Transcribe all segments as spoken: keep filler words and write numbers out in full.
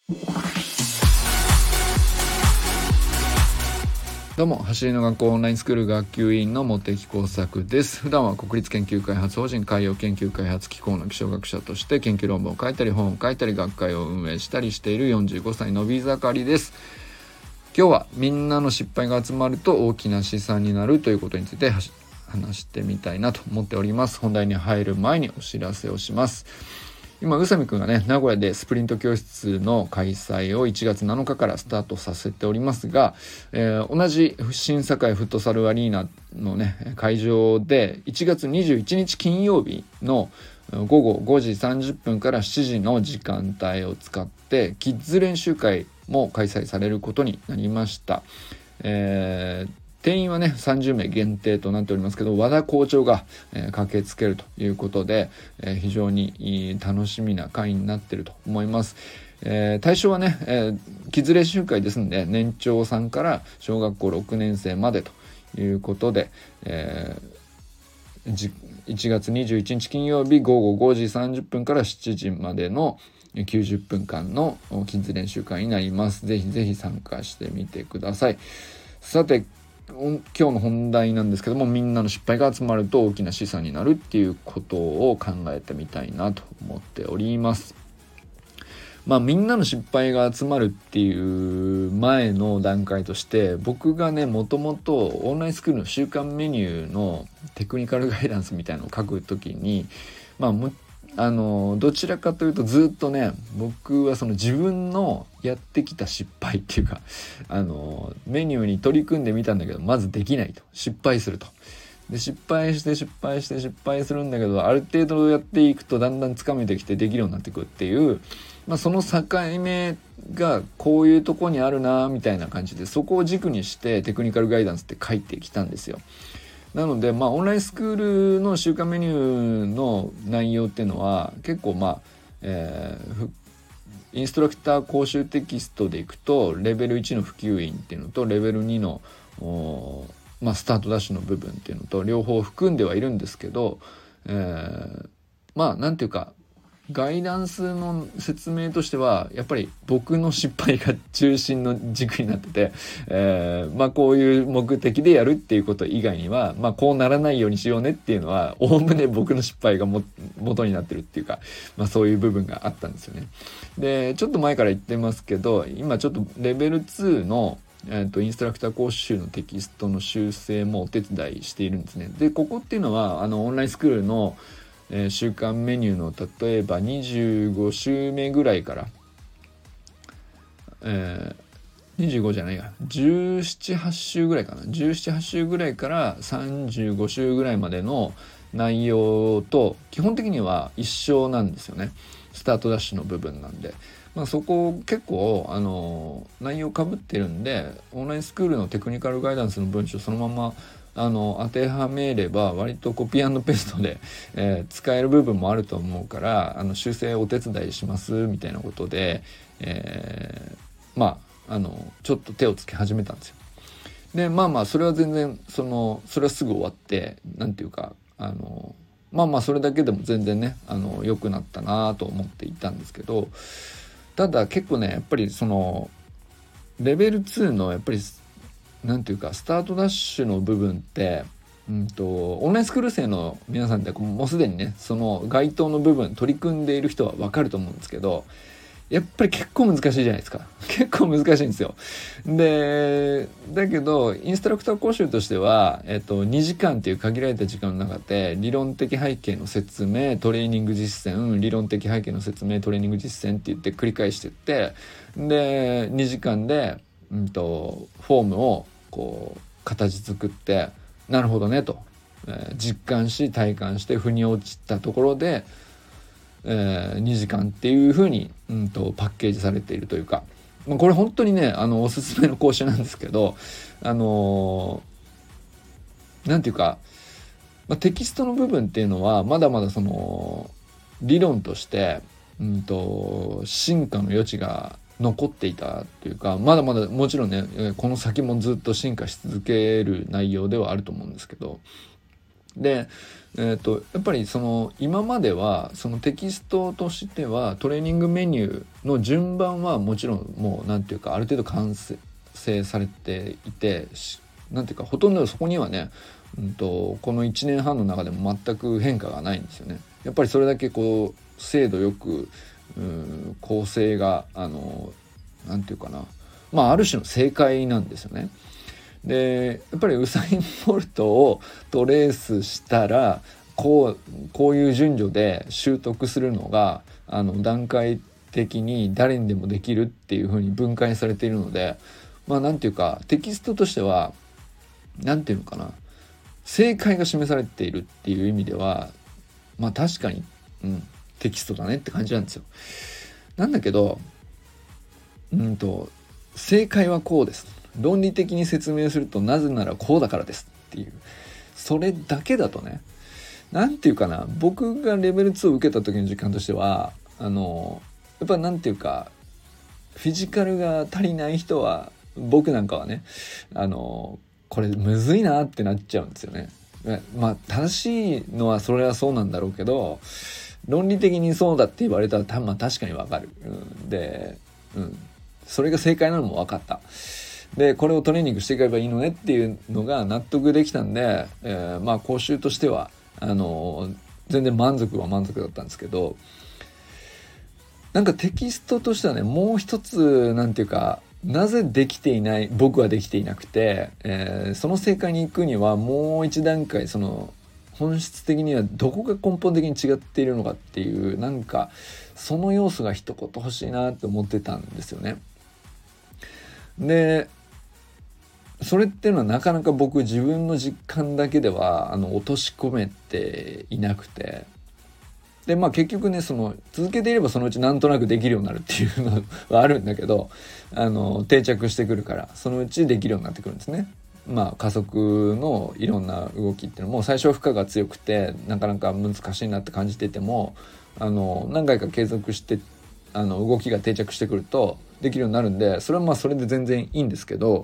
どうも、走りの学校オンラインスクール学級委員の茂木耕作です。普段は国立研究開発法人海洋研究開発機構の気象学者として研究論文を書いたり本を書いたり学会を運営したりしているよんじゅうごさいのび盛りです。今日はみんなの失敗が集まると大きな資産になるということについて話してみたいなと思っております。本題に入る前にお知らせをします。今宇佐美くんがね、名古屋でスプリント教室の開催をいちがつなのかからスタートさせておりますが、えー、同じ新堺フットサルアリーナのね会場でいちがつにじゅういちにち金曜日のごごごじさんじゅっぷんからしちじの時間帯を使ってキッズ練習会も開催されることになりました。えー定員はねさんじゅうめい限定となっておりますけど、和田校長が、えー、駆けつけるということで、えー、非常に楽しみな会になっていると思います。えー、対象はね、えー、キッズ練習会ですので年長さんから小学校ろくねんせいまでということで、えー、いちがつにじゅういちにち金曜日ごごごじさんじゅっぷんからしちじまでのきゅうじゅっぷんかんのキッズ練習会になります。ぜひぜひ参加してみてください。さて今日の本題なんですけども、みんなの失敗が集まると大きな資産になるっていうことを考えてみたいなと思っております。まあみんなの失敗が集まるっていう前の段階として、僕がねもともとオンラインスクールの週間メニューのテクニカルガイダンスみたいなのを書くときに、まあもあのどちらかというとずっとね僕はその自分のやってきた失敗っていうかあのメニューに取り組んでみたんだけどまずできないと、失敗すると、で失敗して失敗して失敗するんだけどある程度やっていくとだんだんつかめてきてできるようになってくるっていう、まあ、その境目がこういうとこにあるなみたいな感じで、そこを軸にしてテクニカルガイダンスって書いてきたんですよ。なのでまあオンラインスクールの週間メニューの内容っていうのは結構まあ、えー、インストラクター講習テキストでいくとレベルいちの普及員っていうのとレベルにの、まあ、スタートダッシュの部分っていうのと両方含んではいるんですけど、えー、まあなんていうかガイダンスの説明としてはやっぱり僕の失敗が中心の軸になってて、えー、まあこういう目的でやるっていうこと以外にはまあこうならないようにしようねっていうのはおおむね僕の失敗がも元になってるっていうか、まあそういう部分があったんですよね。でちょっと前から言ってますけど今ちょっとレベルにのえーとインストラクター講習のテキストの修正もお手伝いしているんですね。でここっていうのはあのオンラインスクールのえー、週間メニューの例えばにじゅうごしゅうめぐらいから、えー、にじゅうごじゃないやじゅうなな、はち週ぐらいかなじゅうなな、はち週ぐらいからさんじゅうご週ぐらいまでの内容と基本的には一緒なんですよね。スタートダッシュの部分なんで、まあ、そこ結構あの内容かぶってるんでオンラインスクールのテクニカルガイダンスの文章そのままあの当てはめれば割とコピー&ペーストで、えー、使える部分もあると思うからあの修正お手伝いしますみたいなことで、えー、まああのちょっと手をつけ始めたんですよ。でまあまあそれは全然そのそれはすぐ終わってなんていうかあのまあまあそれだけでも全然ねあの良くなったなと思っていたんですけど、ただ結構ねやっぱりそのレベルにのやっぱりなんていうかスタートダッシュの部分って、うんと、オンラインスクール生の皆さんってもうすでにねその該当の部分取り組んでいる人は分かると思うんですけどやっぱり結構難しいじゃないですか。結構難しいんですよ。でだけどインストラクター講習としては、えっと、にじかんっていう限られた時間の中で理論的背景の説明トレーニング実践理論的背景の説明トレーニング実践って言って繰り返していってでにじかんで、うんと、フォームをこう形作ってなるほどねと、えー、実感し体感して腑に落ちたところでえー、にじかんっていう風に、うんと、パッケージされているというか、まあ、これ本当にねあのおすすめの講習なんですけどあのー、なんていうか、まあ、テキストの部分っていうのはまだまだその理論として、うんと、進化の余地が残っていたというかまだまだもちろんねこの先もずっと進化し続ける内容ではあると思うんですけどで、えーと、やっぱりその今まではそのテキストとしてはトレーニングメニューの順番はもちろんもうなんていうかある程度完成されていて、なんていうかほとんどそこにはね、うんと、このいちねんはんの中でも全く変化がないんですよね。やっぱりそれだけこう精度よく、うん、構成があのなんていうかな、まあある種の正解なんですよね。でやっぱりウサイン・ボルトをトレースしたらこうこういう順序で習得するのがあの段階的に誰にでもできるっていう風に分解されているので、まあなんていうかテキストとしてはなんていうのかな、正解が示されているっていう意味ではまあ確かに、うん、テキストだねって感じなんですよ。なんだけどうんと正解はこうです、論理的に説明するとなぜならこうだからですっていう、それだけだとね、なんていうかな、僕がレベルツーを受けた時の実感としてはあのやっぱなんていうかフィジカルが足りない人は、僕なんかはねあのこれむずいなってなっちゃうんですよね。まあ正しいのはそれはそうなんだろうけど、論理的にそうだって言われたらた、まあ、確かにわかる、うん、で、うん、それが正解なのも分かった。でこれをトレーニングしていけばいいのねっていうのが納得できたんで、えー、まあ講習としてはあの全然満足は満足だったんですけど、なんかテキストとしてはねもう一つなんていうか、なぜできていない、僕はできていなくて、えー、その正解に行くにはもう一段階その本質的にはどこが根本的に違っているのかっていう、なんかその要素が一言欲しいなって思ってたんですよね。でそれっていうのはなかなか僕自分の実感だけではあの落とし込めていなくて、でまあ結局ねその続けていればそのうちなんとなくできるようになるっていうのはあるんだけど、あの定着してくるからそのうちできるようになってくるんですね。まあ加速のいろんな動きっていうのも最初は負荷が強くてなかなか難しいなって感じてても、あの何回か継続してあの動きが定着してくるとできるようになるんで、それはまあそれで全然いいんですけど、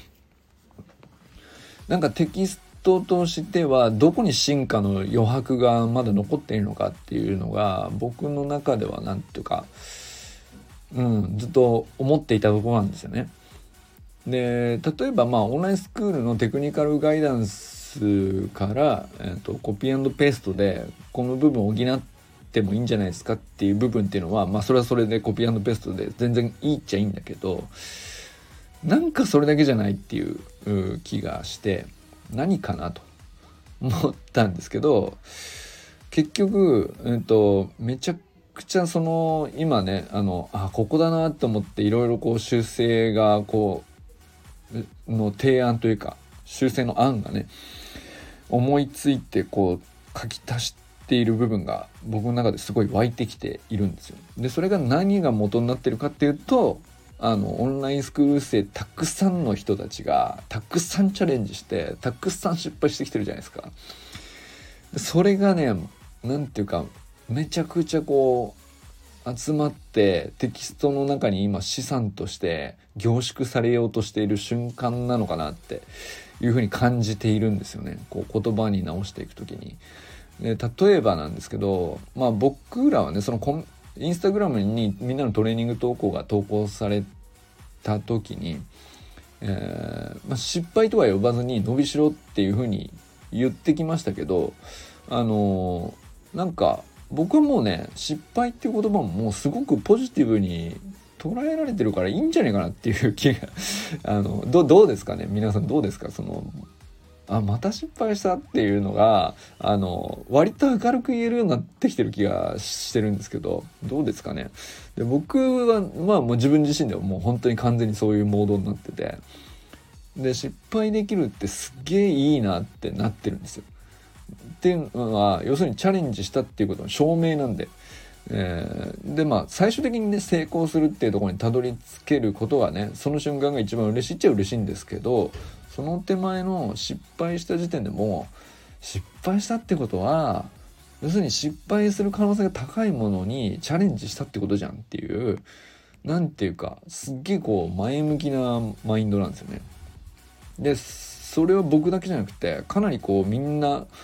なんかテキストとしてはどこに進化の余白がまだ残っているのかっていうのが僕の中ではなんていうか、うん、ずっと思っていたところなんですよね。で例えばまあオンラインスクールのテクニカルガイダンスから、えーと、コピー&ペーストでこの部分を補ってもいいんじゃないですかっていう部分っていうのは、まあそれはそれでコピー&ペーストで全然いいっちゃいいんだけど、なんかそれだけじゃないっていう気がして何かなと思ったんですけど、結局、えーと、めちゃくちゃその今ねあのあここだなと思っていろいろこう修正がこうの提案というか修正の案がね思いついてこう書き足している部分が僕の中ですごい湧いてきているんですよ。でそれが何が元になってるかっていうと、あのオンラインスクール生たくさんの人たちがたくさんチャレンジしてたくさん失敗してきてるじゃないですか。それがねなんていうかめちゃくちゃこう集まってテキストの中に今資産として凝縮されようとしている瞬間なのかなっていうふうに感じているんですよね。こう言葉に直していくときに。で例えばなんですけど、まあ僕らはねそのコンインスタグラムにみんなのトレーニング投稿が投稿された時に、えーまあ、失敗とは呼ばずに伸びしろっていうふうに言ってきましたけど、あのー、なんか僕はもうね失敗っていう言葉ももうすごくポジティブに捉えられてるからいいんじゃないかなっていう気があの ど, どうですかね皆さん、どうですか、そのあまた失敗したっていうのがあの割と明るく言えるようになってきてる気がしてるんですけど、どうですかね。で僕はまあもう自分自身ではもう本当に完全にそういうモードになってて、で失敗できるってすっげえいいなってなってるんですよ。っていうのは要するにチャレンジしたっていうことの証明なんで、えー、でまあ最終的にね成功するっていうところにたどり着けることはねその瞬間が一番嬉しいっちゃ嬉しいんですけど、その手前の失敗した時点でも失敗したってことは要するに失敗する可能性が高いものにチャレンジしたってことじゃんっていう、なんていうかすっげえこう前向きなマインドなんですよね。でそれは僕だけじゃなくてかなりこうみんなあ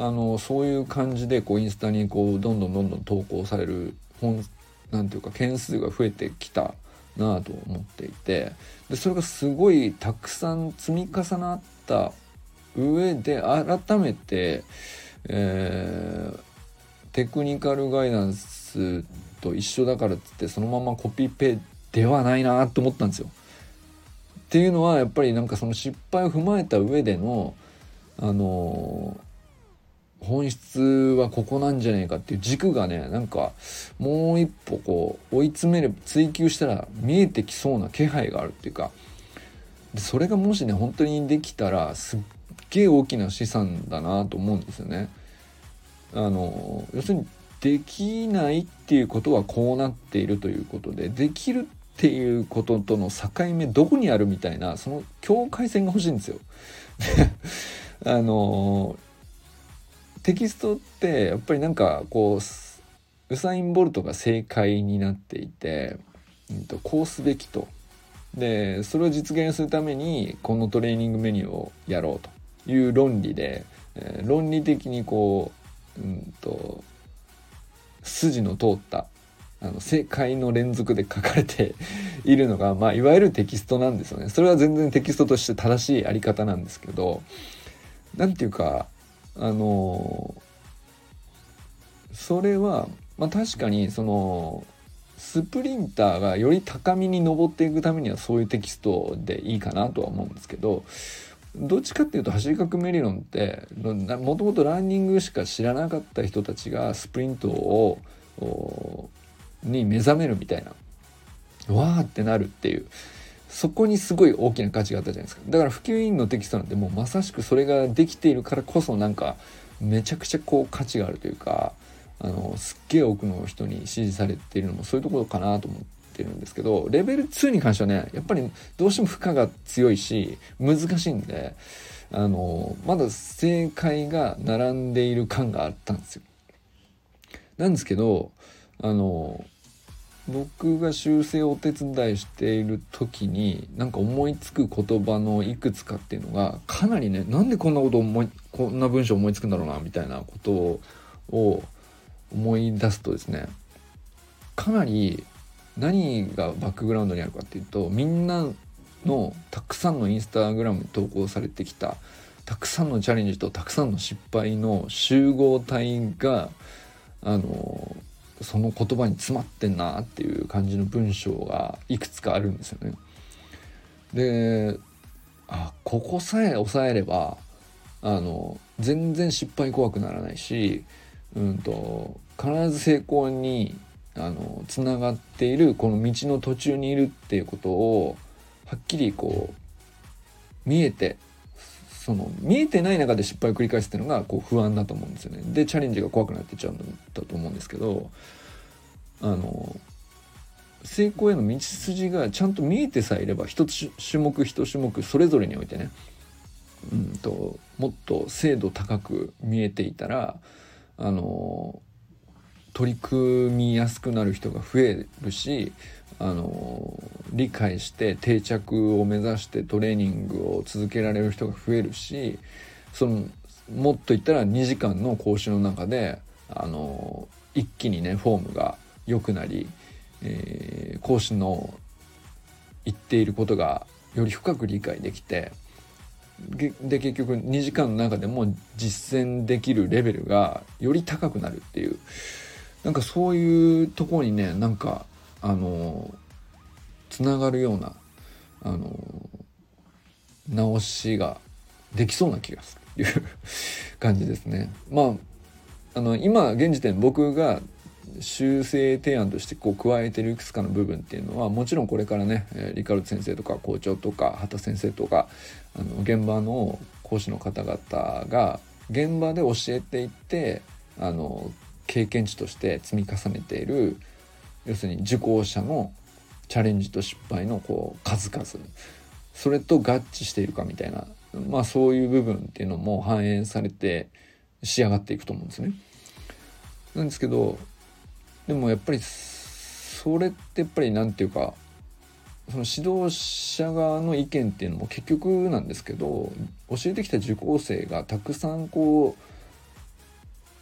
あのそういう感じでこうインスタにこうどんどんどんどん投稿される本なんていうか件数が増えてきたなと思っていて、でそれがすごいたくさん積み重なった上で改めて、えー、テクニカルガイダンスと一緒だからっつってそのままコピペではないなと思ったんですよ。っていうのはやっぱりなんかその失敗を踏まえた上でのあのー本質はここなんじゃねえかっていう軸がね、なんかもう一歩こう追い詰めれば追求したら見えてきそうな気配があるっていうか、でそれがもしね本当にできたらすっげえ大きな資産だなと思うんですよね。あの要するにできないっていうことはこうなっているということで、できるっていうこととの境目どこにあるみたいな、その境界線が欲しいんですよ。あのテキストってやっぱりなんかこうウサイン・ボルトが正解になっていて、うん、とこうすべきと、でそれを実現するためにこのトレーニングメニューをやろうという論理で、えー、論理的にこう、うん、と筋の通ったあの正解の連続で書かれているのが、まあ、いわゆるテキストなんですよね。それは全然テキストとして正しいあり方なんですけど、なんていうかあのそれは、まあ、確かにそのスプリンターがより高みに登っていくためにはそういうテキストでいいかなとは思うんですけど、どっちかっていうと走り革命理論ってもともとランニングしか知らなかった人たちがスプリントをに目覚めるみたいな、わーってなるっていう、そこにすごい大きな価値があったじゃないですか。だから普及委員のテキストなんてもうまさしくそれができているからこそ、なんかめちゃくちゃこう価値があるというか、あのすっげえ多くの人に支持されているのもそういうところかなと思ってるんですけど、レベルツーに関してはねやっぱりどうしても負荷が強いし難しいんで、あのまだ正解が並んでいる感があったんですよ。なんですけどあの僕が修正をお手伝いしている時になんか思いつく言葉のいくつかっていうのがかなりね、なんでこんなこと思いこんな文章思いつくんだろうなみたいなことを思い出すとですね、かなり何がバックグラウンドにあるかっていうと、みんなのたくさんのインスタグラムに投稿されてきたたくさんのチャレンジとたくさんの失敗の集合体があのその言葉に詰まってんなっていう感じの文章がいくつかあるんですよね。で、あ、ここさえ抑えればあの全然失敗怖くならないし、うんと必ず成功にあのつながっているこの道の途中にいるっていうことをはっきりこう見えて、その見えてない中で失敗を繰り返すっていうのがこう不安だと思うんですよね。でチャレンジが怖くなっていっちゃうんだと思うんですけど、あの成功への道筋がちゃんと見えてさえいれば一つ種目一種目それぞれにおいてね、うんともっと精度高く見えていたらあの取り組みやすくなる人が増えるし、あの理解して定着を目指してトレーニングを続けられる人が増えるし、そのもっと言ったらにじかんの講習の中であの一気にねフォームが良くなり、えー、講師の言っていることがより深く理解できて、で結局にじかんの中でも実践できるレベルがより高くなるっていう、なんかそういうところにねなんかあのつながるようなあの直しができそうな気がするっていう感じですね。まああの今現時点僕が修正提案としてこう加えているいくつかの部分っていうのはもちろんこれからねリカルド先生とか校長とか畑先生とかあの現場の講師の方々が現場で教えていってあの経験値として積み重ねている、要するに受講者のチャレンジと失敗のこう数々、それと合致しているかみたいな、まあそういう部分っていうのも反映されて仕上がっていくと思うんですね。なんですけどでもやっぱりそれってやっぱりなんていうかその指導者側の意見っていうのも結局なんですけど、教えてきた受講生がたくさんこう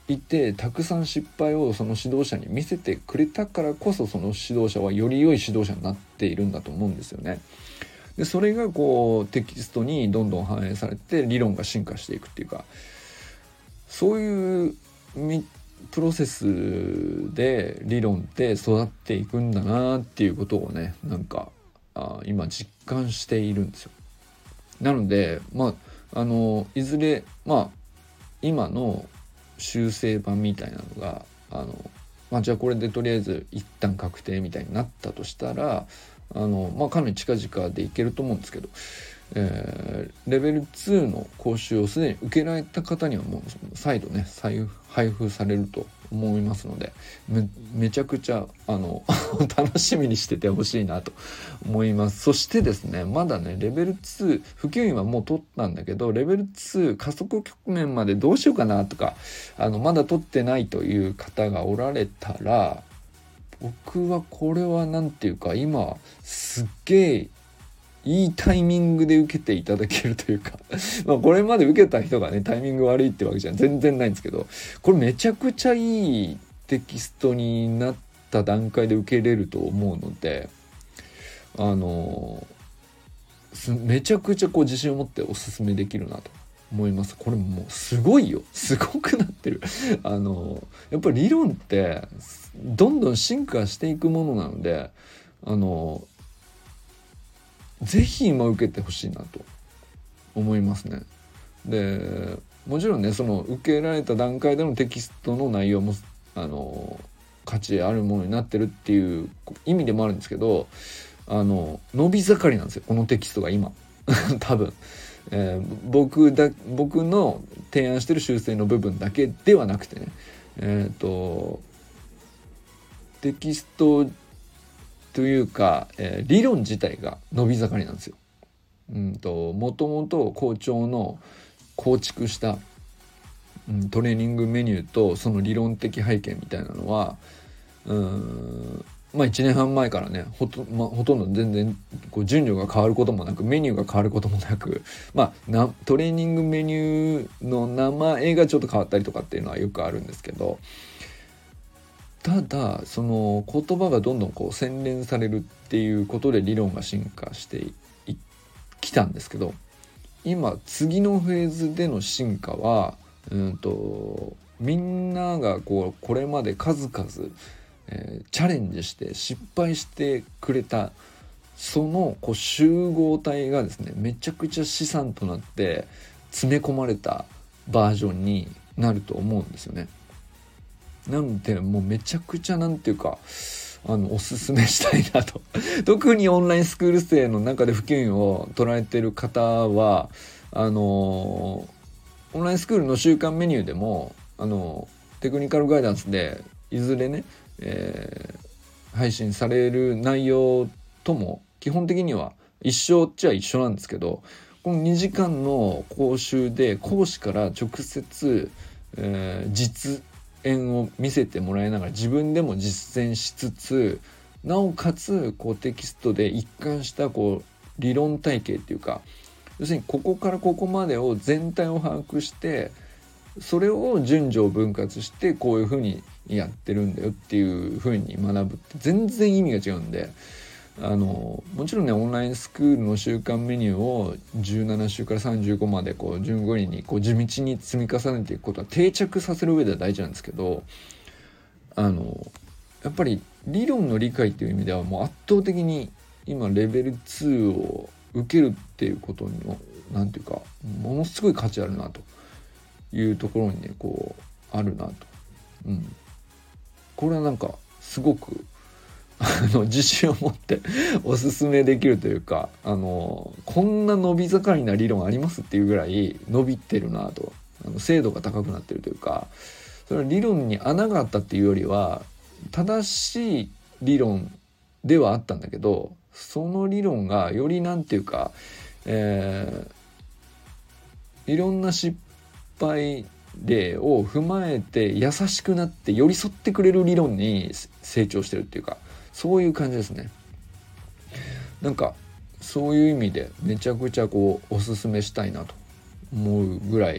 いて、たくさん失敗をその指導者に見せてくれたからこそ、その指導者はより良い指導者になっているんだと思うんですよね。でそれがこうテキストにどんどん反映されて理論が進化していくっていうか、そういうプロセスで理論って育っていくんだなっていうことをね、なんかあ今実感しているんですよ。なのでまああのいずれまあ今の修正版みたいなのがあの、まあ、じゃあこれでとりあえず一旦確定みたいになったとしたら、あの、まあ、かなり近々でいけると思うんですけど、えー、レベルツーの講習をすでに受けられた方にはもう再度ね再配布されると思いますので、 め, めちゃくちゃあの楽しみにしててほしいなと思います。そしてですね、まだねレベルツー普及員はもう取ったんだけど、レベルツー加速局面までどうしようかなとか、あのまだ取ってないという方がおられたら、僕はこれはなんていうか今すっげえいいタイミングで受けていただけるというかまあこれまで受けた人がねタイミング悪いってわけじゃ全然ないんですけど、これめちゃくちゃいいテキストになった段階で受けれると思うので、あのめちゃくちゃこう自信を持っておすすめできるなと思います。これもうすごいよ、すごくなってるあのやっぱり理論ってどんどん進化していくものなので、あのぜひ今受けてほしいなと思いますね。でもちろんねその受けられた段階でのテキストの内容もあの価値あるものになってるっていう意味でもあるんですけど、あの伸び盛りなんですよこのテキストが今多分、えー、僕だ僕の提案してる修正の部分だけではなくてね、えっとテキストというか、えー、理論自体が伸び盛りなんですよ。うんともともと校長の構築した、うん、トレーニングメニューとその理論的背景みたいなのは、うーんまあいちねんはん前からねほと、まあ、ほとんど全然こう順序が変わることもなくメニューが変わることもなく、まあなトレーニングメニューの名前がちょっと変わったりとかっていうのはよくあるんですけど、ただその言葉がどんどんこう洗練されるっていうことで理論が進化してきたんですけど、今次のフェーズでの進化は、うんとみんながこうこれまで数々、えー、チャレンジして失敗してくれたそのこう集合体がですねめちゃくちゃ資産となって詰め込まれたバージョンになると思うんですよね。なんでもうめちゃくちゃなんていうかあのおすすめしたいなと特にオンラインスクール生の中で普及員を捉えている方はあのオンラインスクールの週間メニューでもあのテクニカルガイダンスでいずれね、えー、配信される内容とも基本的には一緒っちゃ一緒なんですけど、このにじかんの講習で講師から直接、えー、実演を見せてもらいながら自分でも実践しつつ、なおかつこうテキストで一貫したこう理論体系っていうか、要するにここからここまでを全体を把握してそれを順序を分割してこういうふうにやってるんだよっていうふうに学ぶって全然意味が違うんで、あのもちろんねオンラインスクールの週間メニューをじゅうなな週からさんじゅうごまでこう順繰りにこう地道に積み重ねていくことは定着させる上では大事なんですけど、あのやっぱり理論の理解っていう意味ではもう圧倒的に今レベルツーを受けるっていうことにもなんていうかものすごい価値あるなというところにねこうあるなと、うん、これはなんかすごくあの自信を持っておすすめできるというか、あのこんな伸び盛りな理論ありますっていうぐらい伸びてるなと、あの精度が高くなってるというか、それは理論に穴があったっていうよりは正しい理論ではあったんだけど、その理論がよりなんていうか、えー、いろんな失敗例を踏まえて優しくなって寄り添ってくれる理論に成長してるっていうか、そういう感じですね。なんかそういう意味でめちゃくちゃこうおすすめしたいなと思うぐらい、え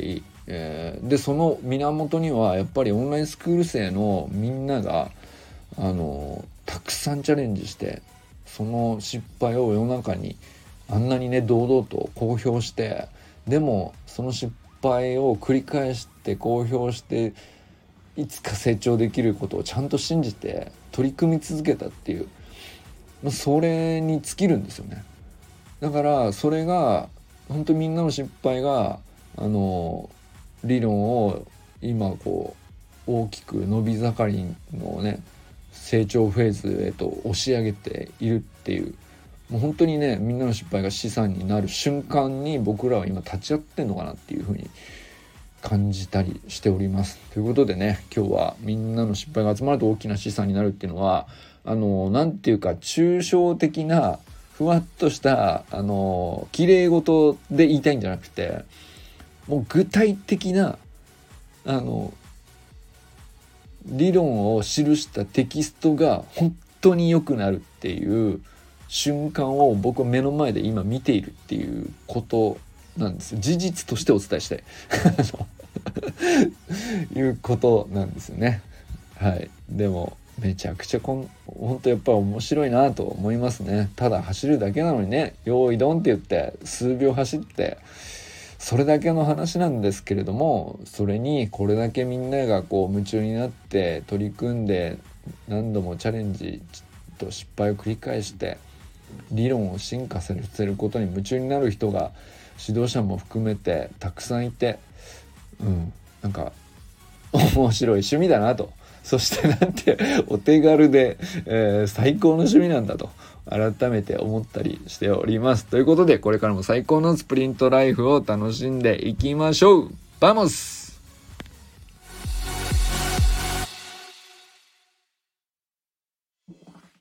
えー、でその源にはやっぱりオンラインスクール生のみんながあのたくさんチャレンジして、その失敗を世の中にあんなにね堂々と公表して、でもその失敗を繰り返して公表していつか成長できることをちゃんと信じて取り組み続けたっていう、それに尽きるんですよね。だからそれが本当みんなの失敗があの理論を今こう大きく伸び盛りのね成長フェーズへと押し上げているっていう、もう本当にねみんなの失敗が資産になる瞬間に僕らは今立ち会ってんのかなっていう風に感じたりしております。ということでね、今日はみんなの失敗が集まると大きな資産になるっていうのは、あのなんていうか抽象的なふわっとしたあの綺麗事で言いたいんじゃなくて、もう具体的なあの理論を記したテキストが本当に良くなるっていう瞬間を僕は目の前で今見ているっていうことなんですよ。事実としてお伝えしたいいうことなんですよね。はい。でもめちゃくちゃこん本当やっぱ面白いなと思いますね。ただ走るだけなのにね、用意ドンって言って数秒走ってそれだけの話なんですけれども、それにこれだけみんながこう夢中になって取り組んで何度もチャレンジと失敗を繰り返して理論を進化させることに夢中になる人が指導者も含めてたくさんいて、うん、なんか面白い趣味だなと、そしてなんてお手軽で、えー、最高の趣味なんだと改めて思ったりしております。ということでこれからも最高のスプリントライフを楽しんでいきましょう。バモス。